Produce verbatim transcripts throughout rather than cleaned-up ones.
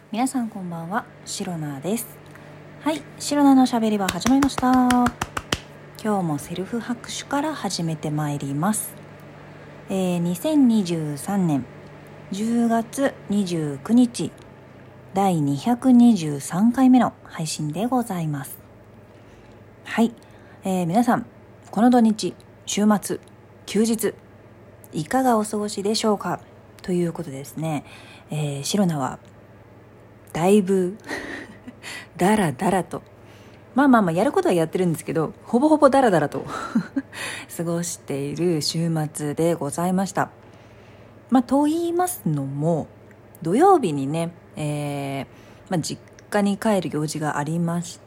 皆さんこんばんは、シロナです。はい、シロナのしゃべり場始まりました。今日もセルフ拍手から始めてまいります。えー、にせんにじゅうさんねんじゅうがつにじゅうくにちだいにひゃくにじゅうさんかいめの配信でございます。はい、えー、皆さんこの土日、週末、休日いかがお過ごしでしょうか。ということでですね、えー、シロナはだいぶダラダラとまあまあまあやることはやってるんですけど、ほぼほぼダラダラと過ごしている週末でございました。まあと言いますのも、土曜日にね、えーまあ、実家に帰る用事がありまして、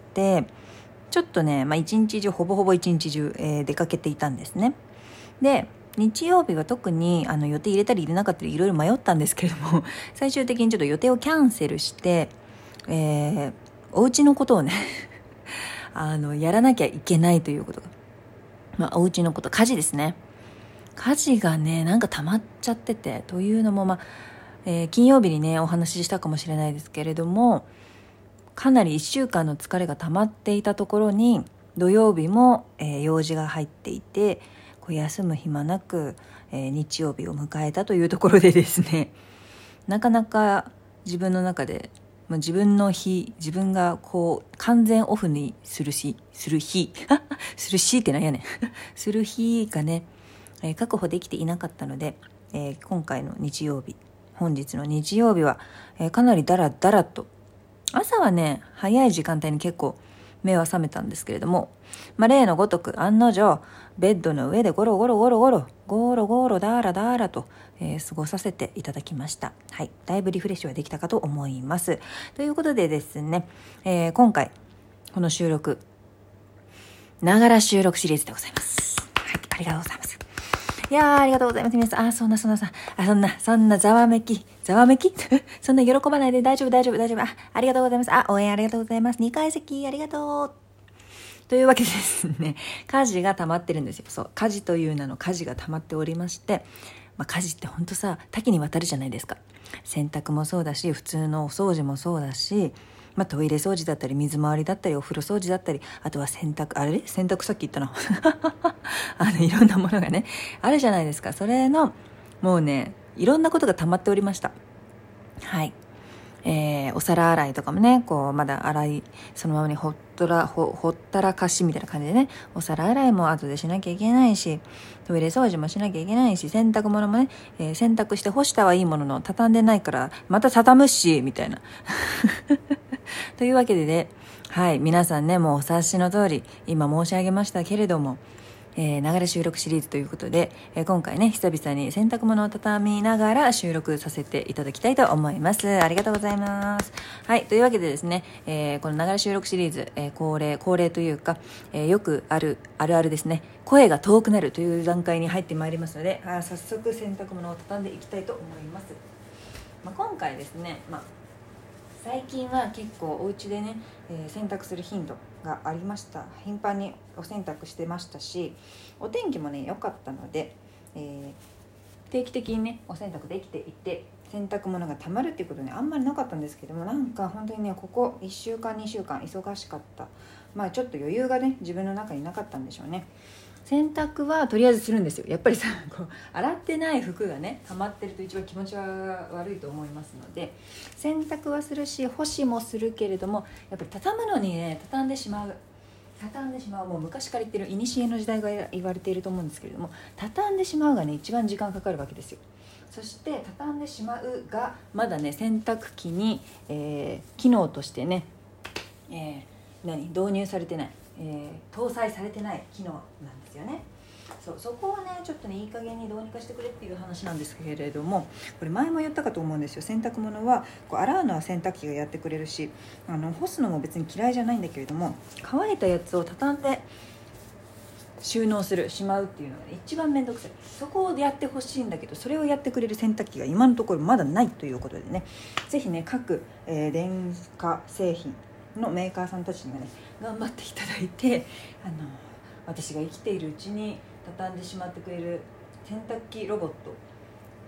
ちょっとね、まあ、一日中ほぼほぼ一日中、えー、出かけていたんですね。で日曜日は特にあの予定入れたり入れなかったりいろいろ迷ったんですけれども、最終的にちょっと予定をキャンセルして、えー、お家のことをねあのやらなきゃいけないということが、まあ、お家のこと家事ですね。家事がねなんか溜まっちゃってて、というのも、まあえー、金曜日にねお話ししたかもしれないですけれども、かなりいっしゅうかんの疲れが溜まっていたところに土曜日も、えー、用事が入っていて、休む暇なく、えー、日曜日を迎えたというところでですね、なかなか自分の中で、まあ、自分の日自分がこう完全オフにするしする日するしってなんやねんする日がね、えー、確保できていなかったので、えー、今回の日曜日本日の日曜日は、えー、かなりダラダラと、朝はね早い時間帯に結構目は覚めたんですけれども、まあ、例のごとく案の定ベッドの上でゴロゴロゴロゴロゴロゴロダーラダーラと、えー、過ごさせていただきました。はい、だいぶリフレッシュはできたかと思います。ということでですね、えー、今回この収録ながら収録シリーズでございます。はい、ありがとうございます。いやーありがとうございます皆さん。あそんなそんなさあそんなそんなざわめきざわめきそんな喜ばないで大丈夫大丈夫大丈夫。あありがとうございます。あ応援ありがとうございます。にかい席ありがとうというわけでですね、家事が溜まってるんですよ。そう家事という名の家事が溜まっておりまして、まあ、家事ってほんとさ多岐にわたるじゃないですか。洗濯もそうだし普通のお掃除もそうだし、まあ、トイレ掃除だったり水回りだったりお風呂掃除だったり、あとは洗濯あれ洗濯さっき言ったなあのいろんなものがねあるじゃないですか。それのもうねいろんなことが溜まっておりました。はい、えー、お皿洗いとかもねこうまだ洗いそのままにほっとら ほ, ほったらかしみたいな感じでね、お皿洗いも後でしなきゃいけないし、トイレ掃除もしなきゃいけないし、洗濯物もね、えー、洗濯して干したはいいものの畳んでないからまた畳むしみたいなというわけでね、はい皆さんねもうお察しの通り今申し上げましたけれども、えー、ながら収録シリーズということで、えー、今回ね久々に洗濯物を畳みながら収録させていただきたいと思います。ありがとうございます。はいというわけでですね、えー、このながら収録シリーズ、えー、恒例恒例というか、えー、よくあるあるあるですね、声が遠くなるという段階に入ってまいりますので、あ早速洗濯物を畳んでいきたいと思います。まあ、今回ですね、まあ最近は結構お家でね、えー、洗濯する頻度がありました。頻繁にお洗濯してましたし、お天気もね良かったので、えー、定期的にねお洗濯できていて、洗濯物がたまるっていうことねあんまりなかったんですけども、なんか本当にねここいっしゅうかんにしゅうかん忙しかった。まあちょっと余裕がね自分の中になかったんでしょうね。洗濯はとりあえずするんですよ。やっぱりさこう洗ってない服がね溜まってると一番気持ちは悪いと思いますので、洗濯はするし干しもするけれども、やっぱり畳むのにね畳んでしまう畳んでしまうもう昔から言ってる古の時代が言われていると思うんですけれども、畳んでしまうがね一番時間かかるわけですよ。そして畳んでしまうがまだね洗濯機に、えー、機能としてね、えー、何導入されてない、えー、搭載されてない機能なんですよね。そうそこはねちょっとねいい加減にどうにかしてくれっていう話なんですけれども、これ前も言ったかと思うんですよ。洗濯物はこう洗うのは洗濯機がやってくれるし、あの干すのも別に嫌いじゃないんだけれども、乾いたやつを畳んで収納するしまうっていうのが、ね、一番面倒くさい。そこをやってほしいんだけど、それをやってくれる洗濯機が今のところまだないということでね、ぜひね各、えー、電化製品のメーカーさんたちにはね頑張っていただいて、あの私が生きているうちに畳んでしまってくれる洗濯機ロボット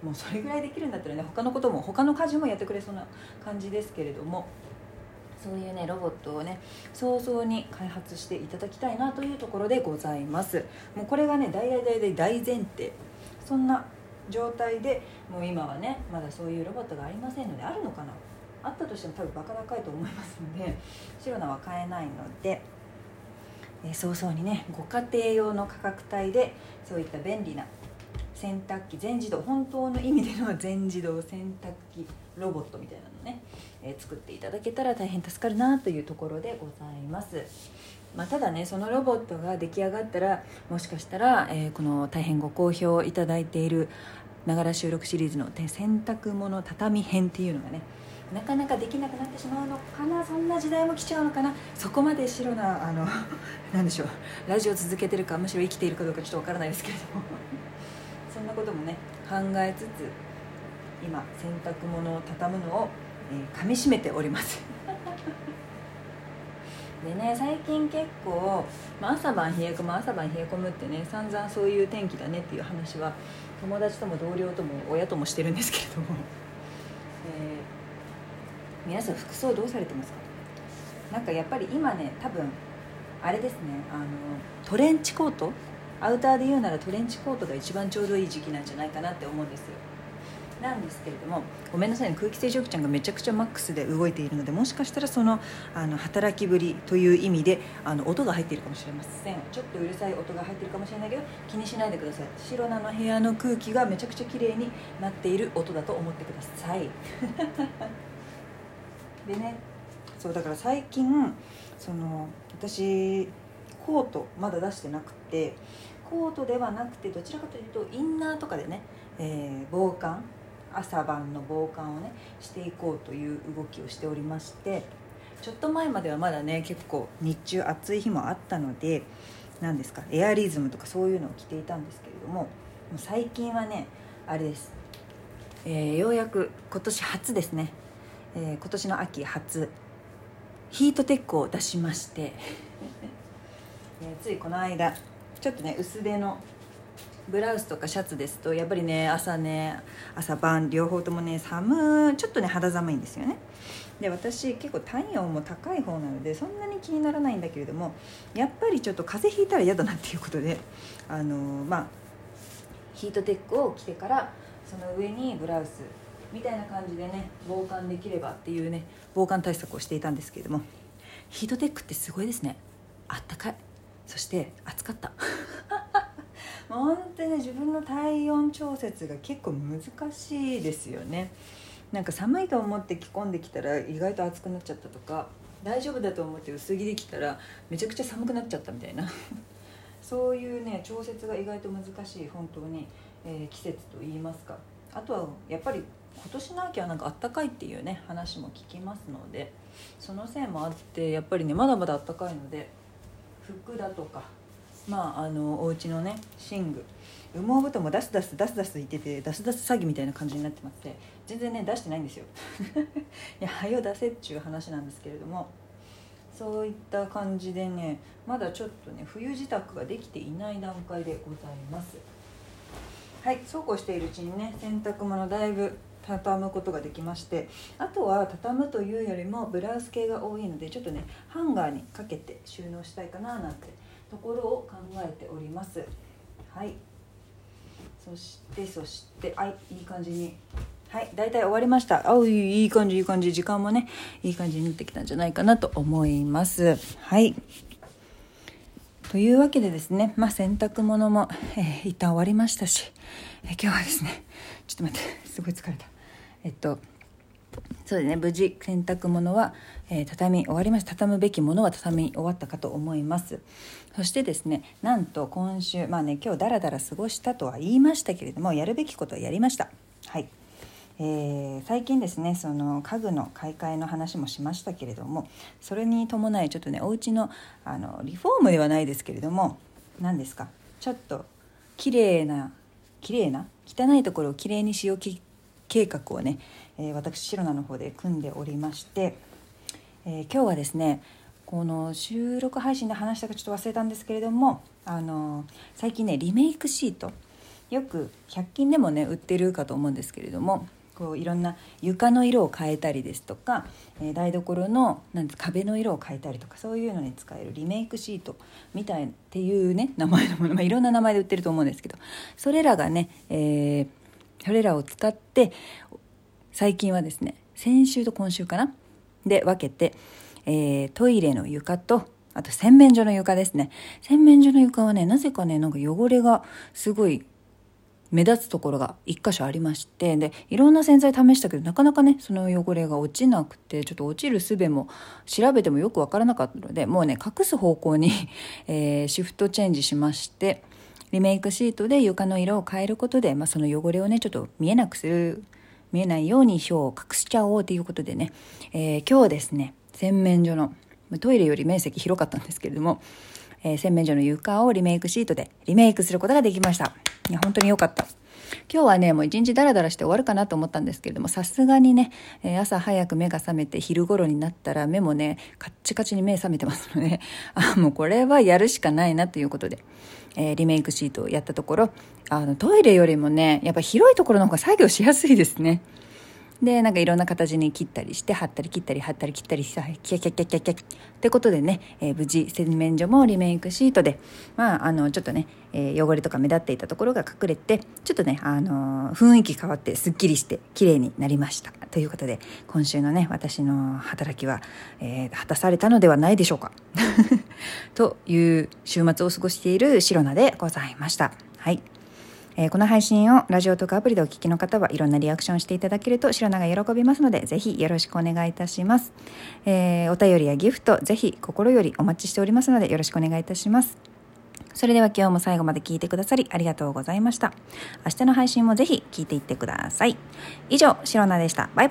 もうそれぐらいできるんだったらね、他のことも他の家事もやってくれそうな感じですけれども、そういうねロボットをね早々に開発していただきたいなというところでございます。もうこれがね大大大大大前提、そんな状態でもう今はねまだそういうロボットがありませんので、あるのかな、あったとしても多分バカ高いと思いますので、シロナは買えないので、えー、早々にねご家庭用の価格帯でそういった便利な洗濯機、全自動、本当の意味での全自動洗濯機ロボットみたいなのね、えー、作っていただけたら大変助かるなというところでございます。まあ、ただねそのロボットが出来上がったら、もしかしたら、えー、この大変ご好評いただいているながら収録シリーズの洗濯物畳編っていうのがねなかなかできなくなってしまうのかな、そんな時代も来ちゃうのかな。そこまで白なあのなんでしょう、ラジオ続けてるかむしろ生きているかどうかちょっとわからないですけれどもそんなこともね考えつつ今洗濯物を畳むのを、えー、噛み締めておりますでね、最近結構、まあ、朝晩冷え込む朝晩冷え込むってね散々そういう天気だねっていう話は友達とも同僚とも親ともしてるんですけれども、えー、皆さん服装どうされてますか？なんかやっぱり今ね多分あれですね、あのトレンチコート、アウターで言うならトレンチコートが一番ちょうどいい時期なんじゃないかなって思うんですよ。なんですけれども、ごめんなさいね、空気清浄機ちゃんがめちゃくちゃマックスで動いているので、もしかしたらその、あの働きぶりという意味であの音が入っているかもしれません。ちょっとうるさい音が入っているかもしれないけど気にしないでください。白菜の部屋の空気がめちゃくちゃ綺麗になっている音だと思ってくださいでね、そうだから最近その私コートまだ出してなくて、コートではなくてどちらかというとインナーとかでね、えー、防寒、朝晩の防寒をねしていこうという動きをしておりまして、ちょっと前まではまだね結構日中暑い日もあったので、何ですかエアリズムとかそういうのを着ていたんですけれども、もう最近はねあれです、えー、ようやく今年初ですね、えー、今年の秋初ヒートテックを出しましてついこの間ちょっとね薄手のブラウスとかシャツですとやっぱりね朝ね朝晩両方ともね寒ちょっとね肌寒いんですよね。で私結構体温も高い方なのでそんなに気にならないんだけれども、やっぱりちょっと風邪ひいたら嫌だなっていうことで、あのー、まあヒートテックを着てからその上にブラウスみたいな感じでね防寒できればっていうね防寒対策をしていたんですけれども、ヒートテックってすごいですね。あったかい、そして暑かった本当にね自分の体温調節が結構難しいですよね。なんか寒いと思って着込んできたら意外と暑くなっちゃったとか、大丈夫だと思って薄着できたらめちゃくちゃ寒くなっちゃったみたいなそういうね調節が意外と難しい本当に、えー、季節といいますか。あとはやっぱり今年の秋はなんか暖かいっていうね話も聞きますので、そのせいもあってやっぱりねまだまだ暖かいので服だとか、まああのお家のね寝具、羽毛布団も出す出す出す出す言ってて出す出す詐欺みたいな感じになってますね。全然ね出してないんですよいやはよ出せっちゅう話なんですけれども、そういった感じでねまだちょっとね冬支度ができていない段階でございます。はい、そうこうしているうちにね洗濯物だいぶ畳むことができまして、あとは畳むというよりもブラウス系が多いのでちょっとねハンガーにかけて収納したいかななんてところを考えております。はい、そしてそしてはいいい感じにはいだいたい終わりました。あいい感じいい感じ、時間もねいい感じになってきたんじゃないかなと思います。はい、というわけでですね、まあ、洗濯物も、えー、一旦終わりましたし、えー、今日はですねちょっと待ってすごい疲れたえっとそうですね無事洗濯物は、えー、畳み終わりました。畳むべきものは畳み終わったかと思います。そしてですねなんと今週まあね今日ダラダラ過ごしたとは言いましたけれども、やるべきことはやりました。はい、えー、最近ですねその家具の買い替えの話もしましたけれども、それに伴いちょっとねお家のあのリフォームではないですけれども、何ですかちょっと綺麗な綺麗な汚いところを綺麗にしよう計画をね、えー、私白菜の方で組んでおりまして、えー、今日はですねこの収録配信で話したかちょっと忘れたんですけれども、あのー、最近ねリメイクシート、 よくひゃく均でもね売ってるかと思うんですけれども、こういろんな床の色を変えたりですとか、えー、台所のなんて壁の色を変えたりとか、そういうのに使えるリメイクシートみたいっていうね名前のもの、まあ、いろんな名前で売ってると思うんですけど、それらがね、えー、それらを使って最近はですね、先週と今週かなで分けて、えー、トイレの床とあと洗面所の床ですね。洗面所の床はね、なぜかねなんか汚れがすごい目立つところが一箇所ありまして、でいろんな洗剤試したけどなかなかねその汚れが落ちなくて、ちょっと落ちる術も調べてもよくわからなかったので、もうね隠す方向に、えー、シフトチェンジしまして、リメイクシートで床の色を変えることで、まあ、その汚れをねちょっと見えなくする見えないように表を隠しちゃおうということでね、えー、今日はですね洗面所のトイレより面積広かったんですけれども、えー、洗面所の床をリメイクシートでリメイクすることができました。いや本当に良かった。今日はねもう一日ダラダラして終わるかなと思ったんですけれども、さすがにね、えー、朝早く目が覚めて昼頃になったら目もねカッチカチに目覚めてますのであもうこれはやるしかないなということで、えー、リメイクシートをやったところ、あのトイレよりもねやっぱ広いところの方が作業しやすいですね。でなんかいろんな形に切ったりして貼ったり切ったり貼ったり切ったりさキャキャキャキャキャってことでね、えー、無事洗面所もリメイクシートで、まああのちょっとね、えー、汚れとか目立っていたところが隠れて、ちょっとねあのー、雰囲気変わってすっきりして綺麗になりましたということで、今週のね私の働きは、えー、果たされたのではないでしょうかという週末を過ごしているシロナでございました。はい。えー、この配信をラジオトークアプリでお聞きの方はいろんなリアクションしていただけるとシロナが喜びますので、ぜひよろしくお願いいたします。えー、お便りやギフトぜひ心よりお待ちしておりますのでよろしくお願いいたします。それでは今日も最後まで聞いてくださりありがとうございました。明日の配信もぜひ聞いていってください。以上、シロナでした。バイバイ。